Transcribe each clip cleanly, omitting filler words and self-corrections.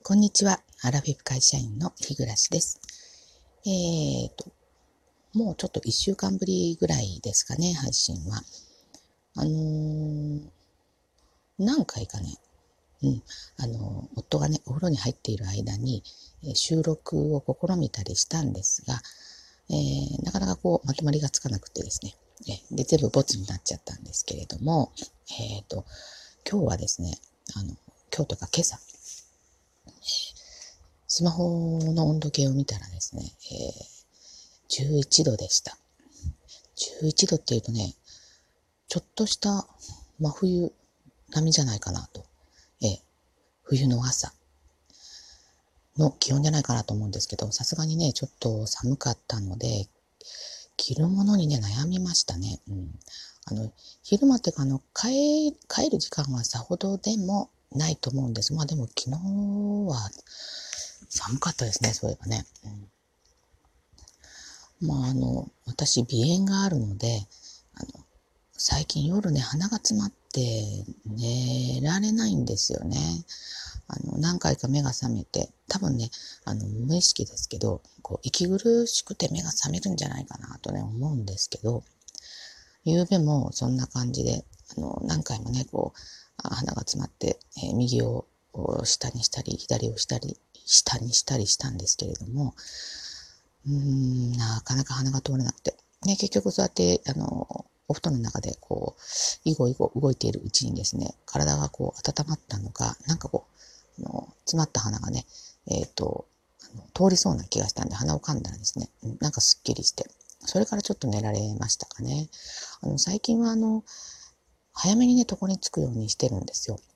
こんにちは。アラフィフ会社員の日暮です。もうちょっと1週間ぶりぐらいですかね、配信は。何回かね、夫がね、お風呂に入っている間に、収録を試みたりしたんですが、なかなかまとまりがつかなくてですね、で、全部ボツになっちゃったんですけれども、今日はですね、今日とか今朝、スマホの温度計を見たらですね、11度でした。11度っていうとね、ちょっとした真冬並みじゃないかなと。冬の朝の気温じゃないかなと思うんですけど、さすがにね、ちょっと寒かったので、着るものにね、悩みましたね。昼間っていうか、帰る時間はさほどでもないと思うんです。まあでも昨日は寒かったですね、そういえばね。私、鼻炎があるので、最近夜ね、鼻が詰まって寝られないんですよね。何回か目が覚めて、多分ね、無意識ですけど、息苦しくて目が覚めるんじゃないかなとね、思うんですけど、夕べもそんな感じで、何回もね、鼻が詰まって、右を下にしたり、左を下にしたりしたんですけれども、なかなか鼻が通れなくて。ね、結局そうやって、お布団の中でイゴイゴ動いているうちにですね、体が温まったのか、なんか詰まった鼻がね、通りそうな気がしたんで、鼻を噛んだらですね、なんかすっきりして、それからちょっと寝られましたかね。最近は早めにね、床に着くようにしてるんですよ。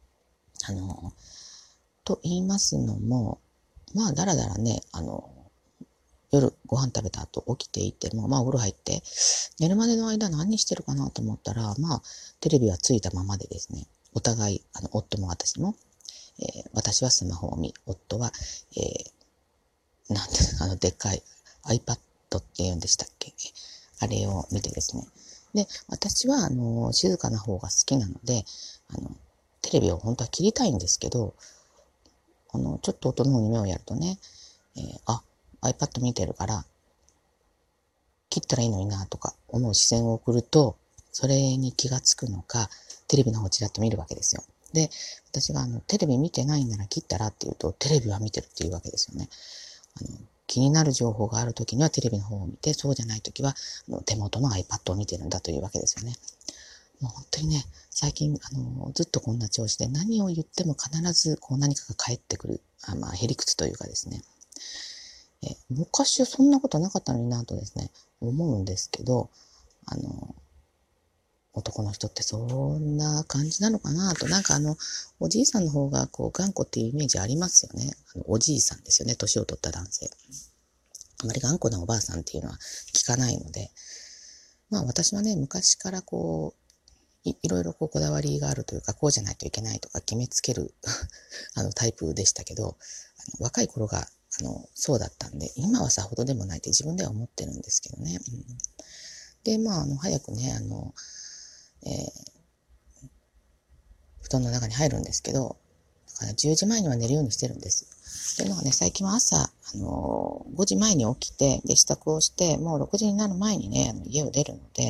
と言いますのも、まあ、だらだらね、夜ご飯食べた後起きていても、まあお風呂入って、寝るまでの間何してるかなと思ったら、まあテレビはついたままでですね、お互い、夫も私も、私はスマホを見、夫は、なんて、でっかい iPad って言うんでしたっけ？あれを見てですね。で、私は、静かな方が好きなので、テレビを本当は切りたいんですけど、ちょっと夫の方に目をやるとね、iPad 見てるから、切ったらいいのになとか思う視線を送ると、それに気がつくのか、テレビの方をちらっと見るわけですよ。で、私がテレビ見てないなら切ったらって言うと、テレビは見てるっていうわけですよね。気になる情報があるときにはテレビの方を見て、そうじゃないときは手元の iPad を見てるんだというわけですよね。もう本当にね、最近ずっとこんな調子で何を言っても必ず何かが返ってくる、まあ、へりくつというかですね。昔はそんなことなかったのになとですね、思うんですけど、男の人ってそんな感じなのかなと、なんかおじいさんの方が頑固っていうイメージありますよね。おじいさんですよね、年を取った男性。あまり頑固なおばあさんっていうのは聞かないので、まあ私はね、昔からいろいろこだわりがあるというか、こうじゃないといけないとか決めつけるタイプでしたけど、若い頃が、そうだったんで、今はさほどでもないって自分では思ってるんですけどね。で、まあ、早くね、えー布団の中に入るんですけど、だから10時前には寝るようにしてるんです。というのがね、最近は朝、5時前に起きて、で、支度をして、もう6時になる前にね、家を出るので、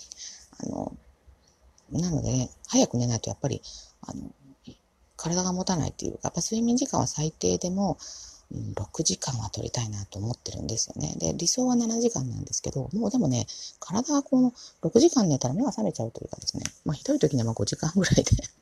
なのでね、早く寝ないとやっぱり、体が持たないっていうか、やっぱ睡眠時間は最低でも、6時間は取りたいなと思ってるんですよね。で、理想は7時間なんですけど、もうでもね、体が6時間寝たら目が覚めちゃうというかですね、まあひどい時には5時間ぐらいで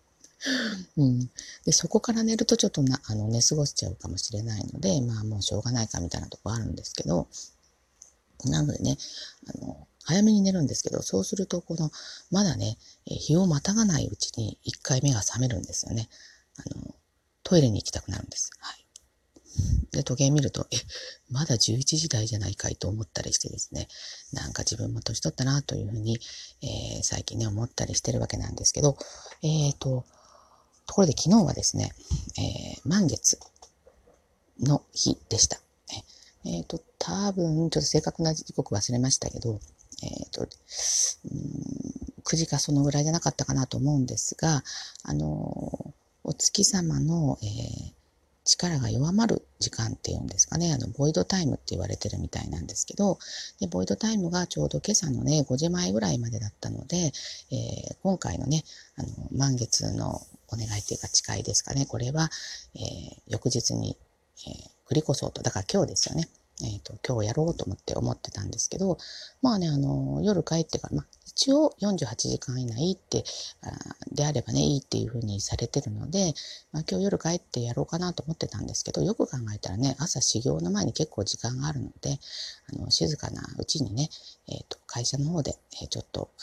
で、そこから寝るとちょっと寝過ごしちゃうかもしれないので、まあもうしょうがないかみたいなとこあるんですけど、なのでね、早めに寝るんですけど、そうするとまだね、日をまたがないうちに一回目が覚めるんですよね。トイレに行きたくなるんです。はい。で、時計見ると、まだ11時台じゃないかいと思ったりしてですね、なんか自分も年取ったなというふうに、最近ね、思ったりしてるわけなんですけど、ところで昨日はですね、満月の日でした。多分、ちょっと正確な時刻忘れましたけど、9時かそのぐらいじゃなかったかなと思うんですが、お月様の、 力が弱まる時間っていうんですかね、ボイドタイムって言われてるみたいなんですけど、で、ボイドタイムがちょうど今朝のね、5時前ぐらいまでだったので、今回のね、満月のお願いっていうか誓いですかね、これは、翌日に、繰り越そうと、だから今日ですよね。今日やろうと思ってたんですけど、まあね、夜帰ってから、まあ、一応48時間以内ってであればね、いいっていうふうにされてるので、まあ、今日夜帰ってやろうかなと思ってたんですけど、よく考えたらね、朝始業の前に結構時間があるので、静かなうちにね、会社の方で、ちょっと、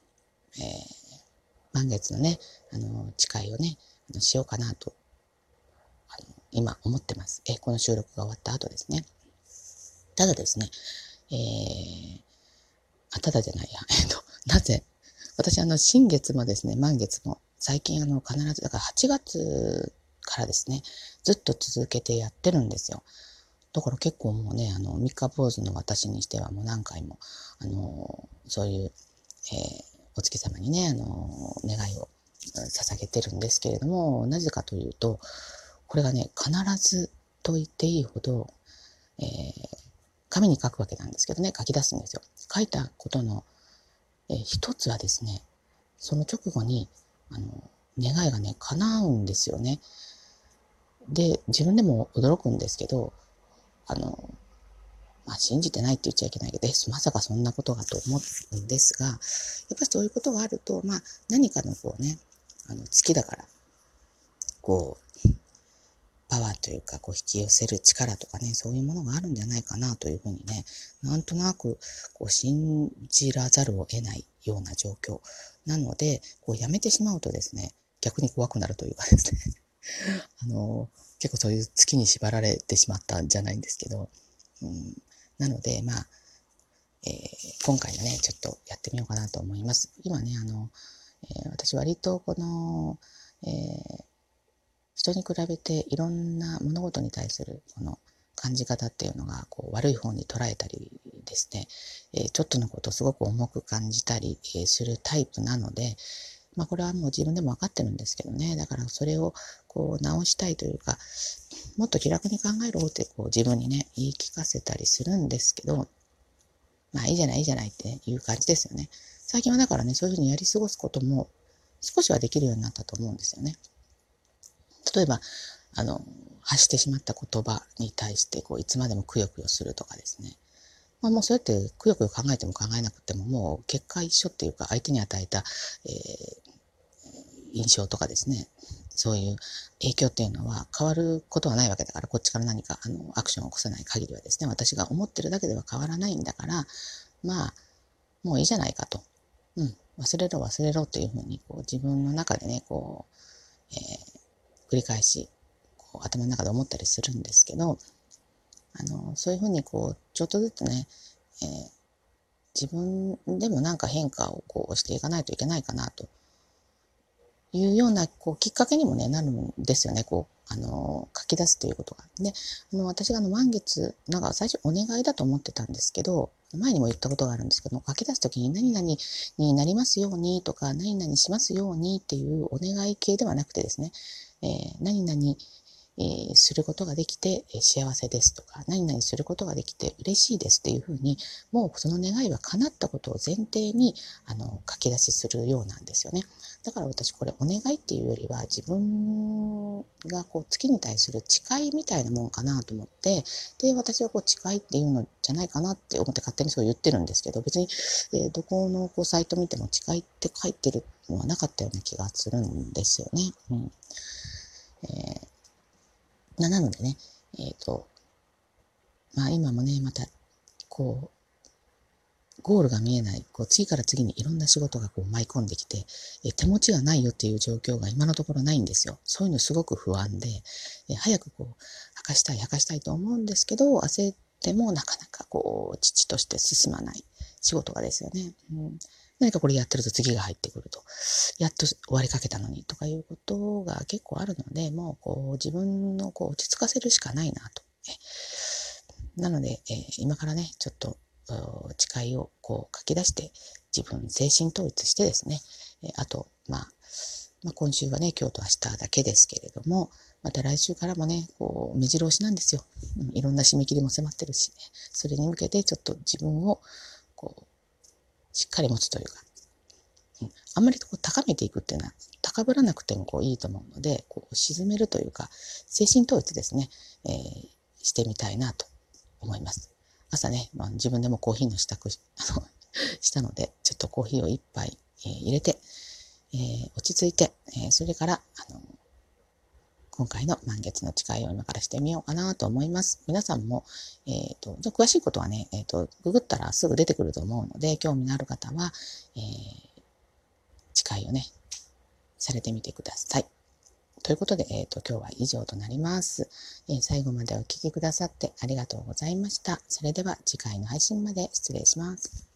満月のね、誓いをね、しようかなと、今思ってます。この収録が終わった後ですね。ただですね、ただじゃないや、なぜ、私新月もですね、満月も、最近必ず、だから8月からですね、ずっと続けてやってるんですよ。だから結構もうね、三日坊主の私にしてはもう何回も、そういう、お月様にね、願いを捧げてるんですけれども、なぜかというと、これがね、必ずと言っていいほど、紙に書くわけなんですけどね、書き出すんですよ。書いたことの、一つはですね、その直後に、願いがね、叶うんですよね。で、自分でも驚くんですけど、まあ、信じてないって言っちゃいけないけど、まさかそんなことがと思うんですが、やっぱりそういうことがあると、まあ、何かのこうね、月だから、こう、パワーというか、こう引き寄せる力とかね、そういうものがあるんじゃないかなというふうにね、なんとなく、こう、信じらざるを得ないような状況。なので、こう、やめてしまうとですね、逆に怖くなるというかですね、結構そういう月に縛られてしまったんじゃないんですけど、なので、まあ、今回はね、ちょっとやってみようかなと思います。今ね、私割とこの、人に比べていろんな物事に対するこの感じ方っていうのがこう悪い方に捉えたりですね、ちょっとのことをすごく重く感じたり、するタイプなので、まあこれはもう自分でも分かってるんですけどね、だからそれをこう直したいというか、もっと気楽に考えろってこう自分にね、言い聞かせたりするんですけど、まあいいじゃないいいじゃないっていう感じですよね。最近はだからね、そういうふうにやり過ごすことも少しはできるようになったと思うんですよね。例えば、発してしまった言葉に対して、こう、いつまでもくよくよするとかですね。まあもうそうやってくよくよ考えても考えなくても、もう結果一緒っていうか、相手に与えた、印象とかですね、そういう影響っていうのは変わることはないわけだから、こっちから何か、アクションを起こさない限りはですね、私が思ってるだけでは変わらないんだから、まあ、もういいじゃないかと。忘れろ忘れろっていうふうに、こう、自分の中でね、こう、繰り返し、こう頭の中で思ったりするんですけど、そういうふうにこう、ちょっとずつね、えー自分でもなんか変化をこうしていかないといけないかなというようなこうきっかけにもね、なるんですよね。こう、書き出すということが。で、私が満月、なんか最初お願いだと思ってたんですけど、前にも言ったことがあるんですけど、書き出すときに何々になりますようにとか、何々しますようにっていうお願い系ではなくてですね、何々することができて幸せですとか、何々することができて嬉しいですっていうふうに、もうその願いは叶ったことを前提に、書き出しするようなんですよね。だから私これお願いっていうよりは自分がこう月に対する誓いみたいなもんかなと思って、で、私はこう誓いっていうのじゃないかなって思って勝手にそう言ってるんですけど、別に、どこのこうサイト見ても誓いって書いてるのはなかったような気がするんですよね。なのでね、まあ今もね、また、こう、ゴールが見えない、こう次から次にいろんな仕事がこう舞い込んできて、手持ちがないよっていう状況が今のところないんですよ。そういうのすごく不安で、早くこう、吐かしたいと思うんですけど、焦ってもなかなかこう、父として進まない仕事がですよね。何かこれやってると次が入ってくると、やっと終わりかけたのにとかいうことが結構あるので、もうこう自分のこう落ち着かせるしかないなと。なので、今からね、ちょっと誓いをこう書き出して、自分精神統一してですね、あと、まあ、今週はね、今日と明日だけですけれども、 また来週からもね、こう、目白押しなんですよ。いろんな締め切りも迫ってるしね。それに向けてちょっと自分を、こう、しっかり持つというか、あんまりこう高めていくっていうのは、高ぶらなくてもこういいと思うので、こう沈めるというか、精神統一ですね、してみたいなと思います。朝ね、自分でもコーヒーの支度したので、ちょっとコーヒーを一杯、入れて、落ち着いて、それから、今回の満月の誓いを今からしてみようかなと思います。皆さんも、詳しいことはね、ググったらすぐ出てくると思うので、興味のある方は、誓いをね、されてみてください。ということで、今日は以上となります。最後までお聞きくださってありがとうございました。それでは次回の配信まで失礼します。